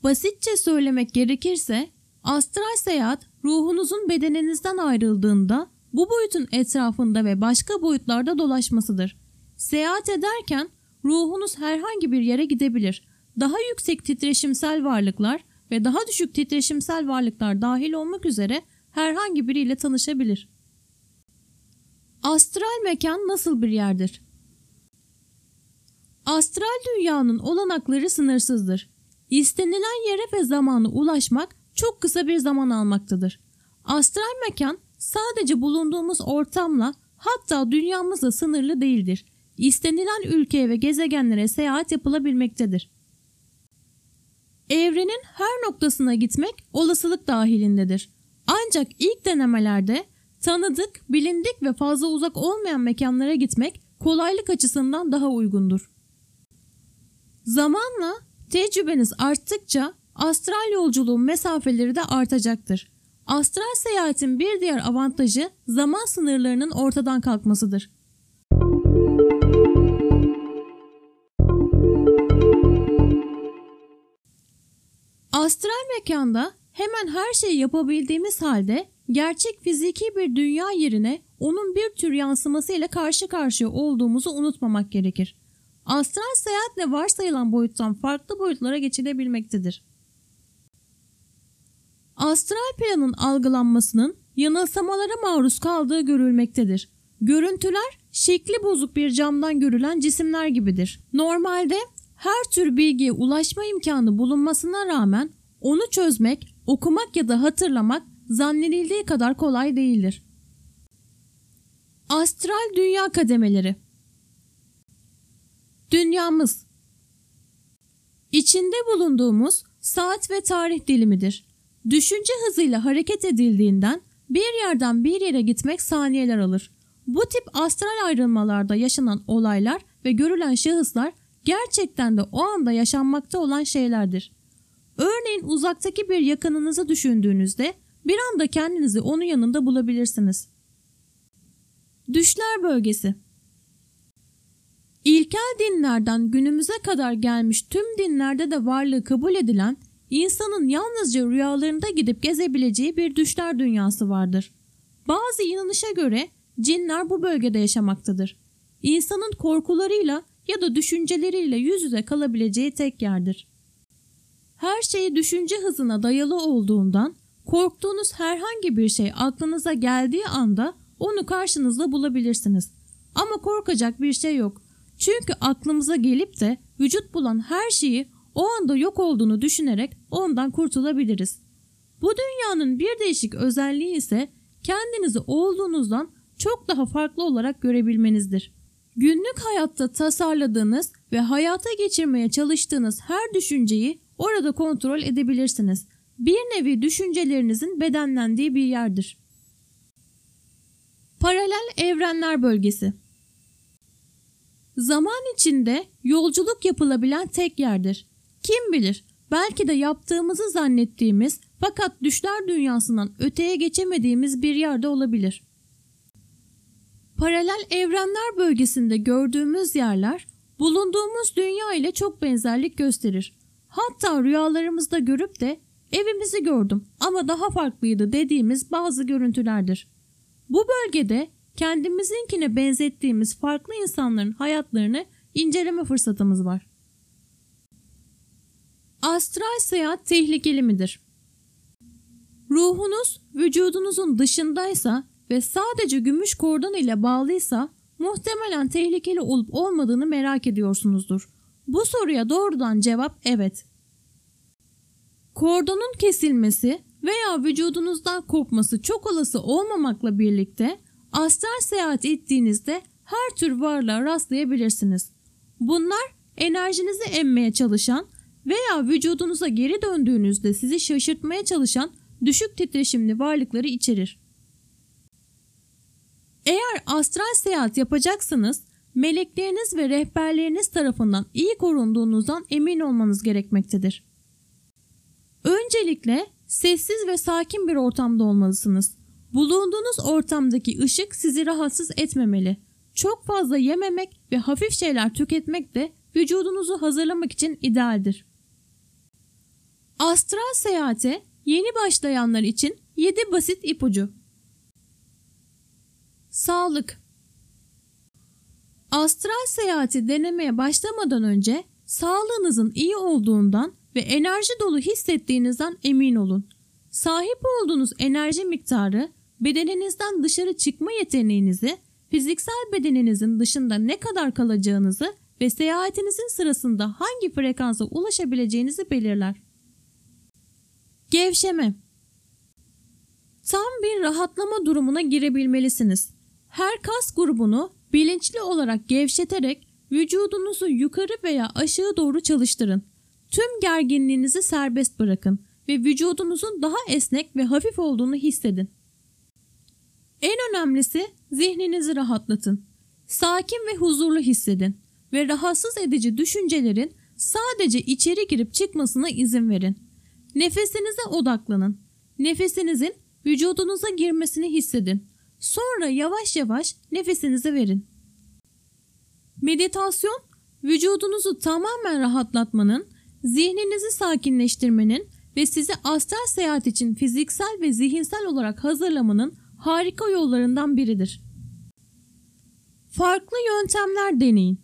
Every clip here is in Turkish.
Basitçe söylemek gerekirse astral seyahat ruhunuzun bedeninizden ayrıldığında bu boyutun etrafında ve başka boyutlarda dolaşmasıdır. Seyahat ederken ruhunuz herhangi bir yere gidebilir. Daha yüksek titreşimsel varlıklar ve daha düşük titreşimsel varlıklar dahil olmak üzere herhangi biriyle tanışabilir. Astral mekan nasıl bir yerdir? Astral dünyanın olanakları sınırsızdır. İstenilen yere ve zamana ulaşmak çok kısa bir zaman almaktadır. Astral mekan sadece bulunduğumuz ortamla, hatta dünyamızla sınırlı değildir. İstenilen ülkeye ve gezegenlere seyahat yapılabilmektedir. Evrenin her noktasına gitmek olasılık dahilindedir. Ancak ilk denemelerde tanıdık, bilindik ve fazla uzak olmayan mekanlara gitmek kolaylık açısından daha uygundur. Zamanla tecrübeniz arttıkça astral yolculuğun mesafeleri de artacaktır. Astral seyahatin bir diğer avantajı zaman sınırlarının ortadan kalkmasıdır. Astral mekanda hemen her şeyi yapabildiğimiz halde gerçek fiziki bir dünya yerine onun bir tür yansımasıyla karşı karşıya olduğumuzu unutmamak gerekir. Astral seyahatle varsayılan boyuttan farklı boyutlara geçilebilmektedir. Astral planın algılanmasının yanılsamalara maruz kaldığı görülmektedir. Görüntüler şekli bozuk bir camdan görülen cisimler gibidir. Normalde her tür bilgiye ulaşma imkanı bulunmasına rağmen onu çözmek, okumak ya da hatırlamak zannedildiği kadar kolay değildir. Astral dünya kademeleri. Dünyamız, İçinde bulunduğumuz saat ve tarih dilimidir. Düşünce hızıyla hareket edildiğinden bir yerden bir yere gitmek saniyeler alır. Bu tip astral ayrılmalarda yaşanan olaylar ve görülen şahıslar gerçekten de o anda yaşanmakta olan şeylerdir. Örneğin uzaktaki bir yakınınızı düşündüğünüzde bir anda kendinizi onun yanında bulabilirsiniz. Düşler bölgesi. İlkel dinlerden günümüze kadar gelmiş tüm dinlerde de varlığı kabul edilen, insanın yalnızca rüyalarında gidip gezebileceği bir düşler dünyası vardır. Bazı inanışa göre cinler bu bölgede yaşamaktadır. İnsanın korkularıyla ya da düşünceleriyle yüz yüze kalabileceği tek yerdir. Her şey düşünce hızına dayalı olduğundan korktuğunuz herhangi bir şey aklınıza geldiği anda onu karşınızda bulabilirsiniz. Ama korkacak bir şey yok. Çünkü aklımıza gelip de vücut bulan her şeyi o anda yok olduğunu düşünerek ondan kurtulabiliriz. Bu dünyanın bir değişik özelliği ise kendinizi olduğunuzdan çok daha farklı olarak görebilmenizdir. Günlük hayatta tasarladığınız ve hayata geçirmeye çalıştığınız her düşünceyi orada kontrol edebilirsiniz. Bir nevi düşüncelerinizin bedenlendiği bir yerdir. Paralel evrenler bölgesi. Zaman içinde yolculuk yapılabilen tek yerdir. Kim bilir, belki de yaptığımızı zannettiğimiz fakat düşler dünyasından öteye geçemediğimiz bir yerde olabilir. Paralel evrenler bölgesinde gördüğümüz yerler bulunduğumuz dünya ile çok benzerlik gösterir. Hatta rüyalarımızda görüp de evimizi gördüm ama daha farklıydı dediğimiz bazı görüntülerdir. Bu bölgede kendimizinkine benzettiğimiz farklı insanların hayatlarını inceleme fırsatımız var. Astral seyahat tehlikeli midir? Ruhunuz vücudunuzun dışındaysa ve sadece gümüş kordon ile bağlıysa muhtemelen tehlikeli olup olmadığını merak ediyorsunuzdur. Bu soruya doğrudan cevap evet. Kordonun kesilmesi veya vücudunuzdan kopması çok olası olmamakla birlikte astral seyahat ettiğinizde her tür varlığa rastlayabilirsiniz. Bunlar enerjinizi emmeye çalışan veya vücudunuza geri döndüğünüzde sizi şaşırtmaya çalışan düşük titreşimli varlıkları içerir. Eğer astral seyahat yapacaksanız melekleriniz ve rehberleriniz tarafından iyi korunduğunuzdan emin olmanız gerekmektedir. Öncelikle sessiz ve sakin bir ortamda olmalısınız. Bulunduğunuz ortamdaki ışık sizi rahatsız etmemeli. Çok fazla yememek ve hafif şeyler tüketmek de vücudunuzu hazırlamak için idealdir. Astral seyahate yeni başlayanlar için 7 basit ipucu. Sağlık. Astral seyahati denemeye başlamadan önce sağlığınızın iyi olduğundan ve enerji dolu hissettiğinizden emin olun. Sahip olduğunuz enerji miktarı, bedeninizden dışarı çıkma yeteneğinizi, fiziksel bedeninizin dışında ne kadar kalacağınızı ve seyahatinizin sırasında hangi frekansa ulaşabileceğinizi belirler. Gevşeme. Tam bir rahatlama durumuna girebilmelisiniz. Her kas grubunu bilinçli olarak gevşeterek vücudunuzu yukarı veya aşağı doğru çalıştırın. Tüm gerginliğinizi serbest bırakın ve vücudunuzun daha esnek ve hafif olduğunu hissedin. En önemlisi zihninizi rahatlatın. Sakin ve huzurlu hissedin ve rahatsız edici düşüncelerin sadece içeri girip çıkmasına izin verin. Nefesinize odaklanın. Nefesinizin vücudunuza girmesini hissedin. Sonra yavaş yavaş nefesinizi verin. Meditasyon, vücudunuzu tamamen rahatlatmanın, zihninizi sakinleştirmenin ve sizi astral seyahat için fiziksel ve zihinsel olarak hazırlamanın harika yollarından biridir. Farklı yöntemler deneyin.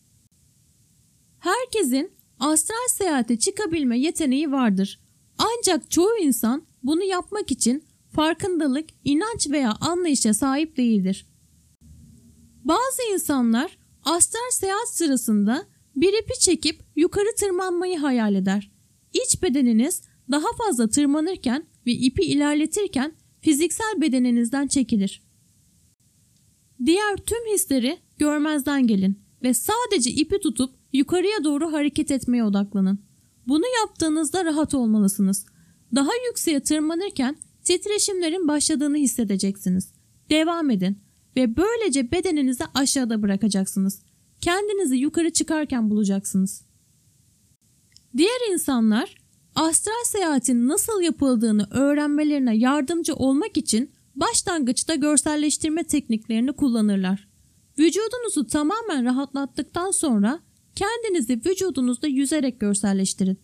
Herkesin astral seyahate çıkabilme yeteneği vardır. Ancak çoğu insan bunu yapmak için farkındalık, inanç veya anlayışa sahip değildir. Bazı insanlar astral seyahat sırasında bir ipi çekip yukarı tırmanmayı hayal eder. İç bedeniniz daha fazla tırmanırken ve ipi ilerletirken fiziksel bedeninizden çekilir. Diğer tüm hisleri görmezden gelin ve sadece ipi tutup yukarıya doğru hareket etmeye odaklanın. Bunu yaptığınızda rahat olmalısınız. Daha yükseğe tırmanırken titreşimlerin başladığını hissedeceksiniz. Devam edin ve böylece bedeninizi aşağıda bırakacaksınız. Kendinizi yukarı çıkarken bulacaksınız. Diğer insanlar astral seyahatin nasıl yapıldığını öğrenmelerine yardımcı olmak için başlangıçta görselleştirme tekniklerini kullanırlar. Vücudunuzu tamamen rahatlattıktan sonra kendinizi vücudunuzda yüzerek görselleştirin.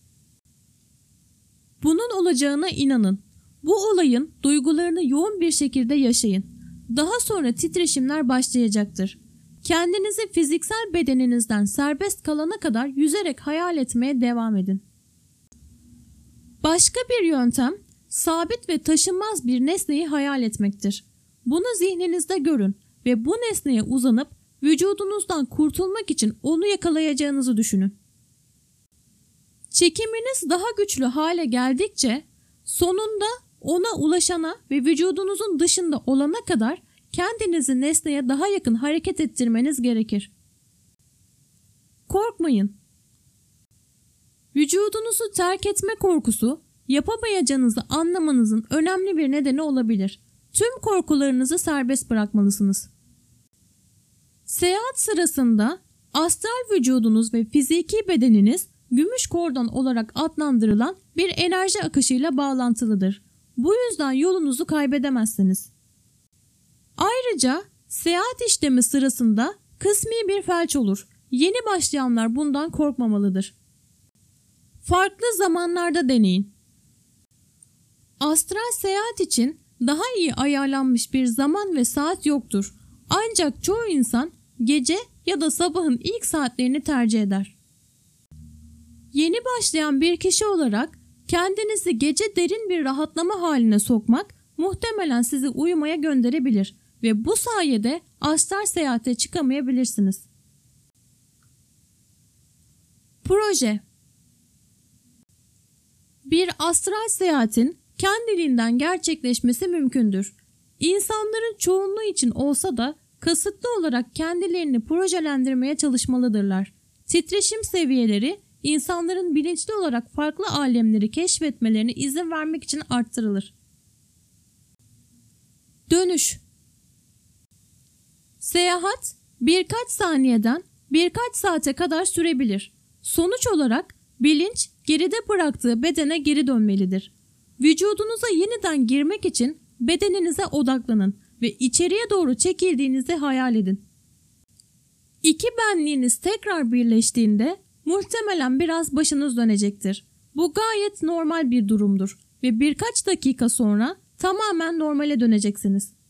Bunun olacağına inanın. Bu olayın duygularını yoğun bir şekilde yaşayın. Daha sonra titreşimler başlayacaktır. Kendinizi fiziksel bedeninizden serbest kalana kadar yüzerek hayal etmeye devam edin. Başka bir yöntem, sabit ve taşınmaz bir nesneyi hayal etmektir. Bunu zihninizde görün ve bu nesneye uzanıp vücudunuzdan kurtulmak için onu yakalayacağınızı düşünün. Çekiminiz daha güçlü hale geldikçe sonunda ona ulaşana ve vücudunuzun dışında olana kadar kendinizi nesneye daha yakın hareket ettirmeniz gerekir. Korkmayın. Vücudunuzu terk etme korkusu yapamayacağınızı anlamanızın önemli bir nedeni olabilir. Tüm korkularınızı serbest bırakmalısınız. Seyahat sırasında astral vücudunuz ve fiziki bedeniniz gümüş kordon olarak adlandırılan bir enerji akışıyla bağlantılıdır. Bu yüzden yolunuzu kaybedemezsiniz. Ayrıca seyahat işlemi sırasında kısmi bir felç olur. Yeni başlayanlar bundan korkmamalıdır. Farklı zamanlarda deneyin. Astral seyahat için daha iyi ayarlanmış bir zaman ve saat yoktur. Ancak çoğu insan gece ya da sabahın ilk saatlerini tercih eder. Yeni başlayan bir kişi olarak kendinizi gece derin bir rahatlama haline sokmak muhtemelen sizi uyumaya gönderebilir ve bu sayede astral seyahate çıkamayabilirsiniz. Proje. Bir astral seyahatin kendiliğinden gerçekleşmesi mümkündür. İnsanların çoğunluğu için olsa da kasıtlı olarak kendilerini projelendirmeye çalışmalıdırlar. Titreşim seviyeleri insanların bilinçli olarak farklı alemleri keşfetmelerine izin vermek için arttırılır. Dönüş. Seyahat birkaç saniyeden birkaç saate kadar sürebilir. Sonuç olarak bilinç geride bıraktığı bedene geri dönmelidir. Vücudunuza yeniden girmek için bedeninize odaklanın ve içeriye doğru çekildiğinizi hayal edin. İki benliğiniz tekrar birleştiğinde muhtemelen biraz başınız dönecektir. Bu gayet normal bir durumdur ve birkaç dakika sonra tamamen normale döneceksiniz.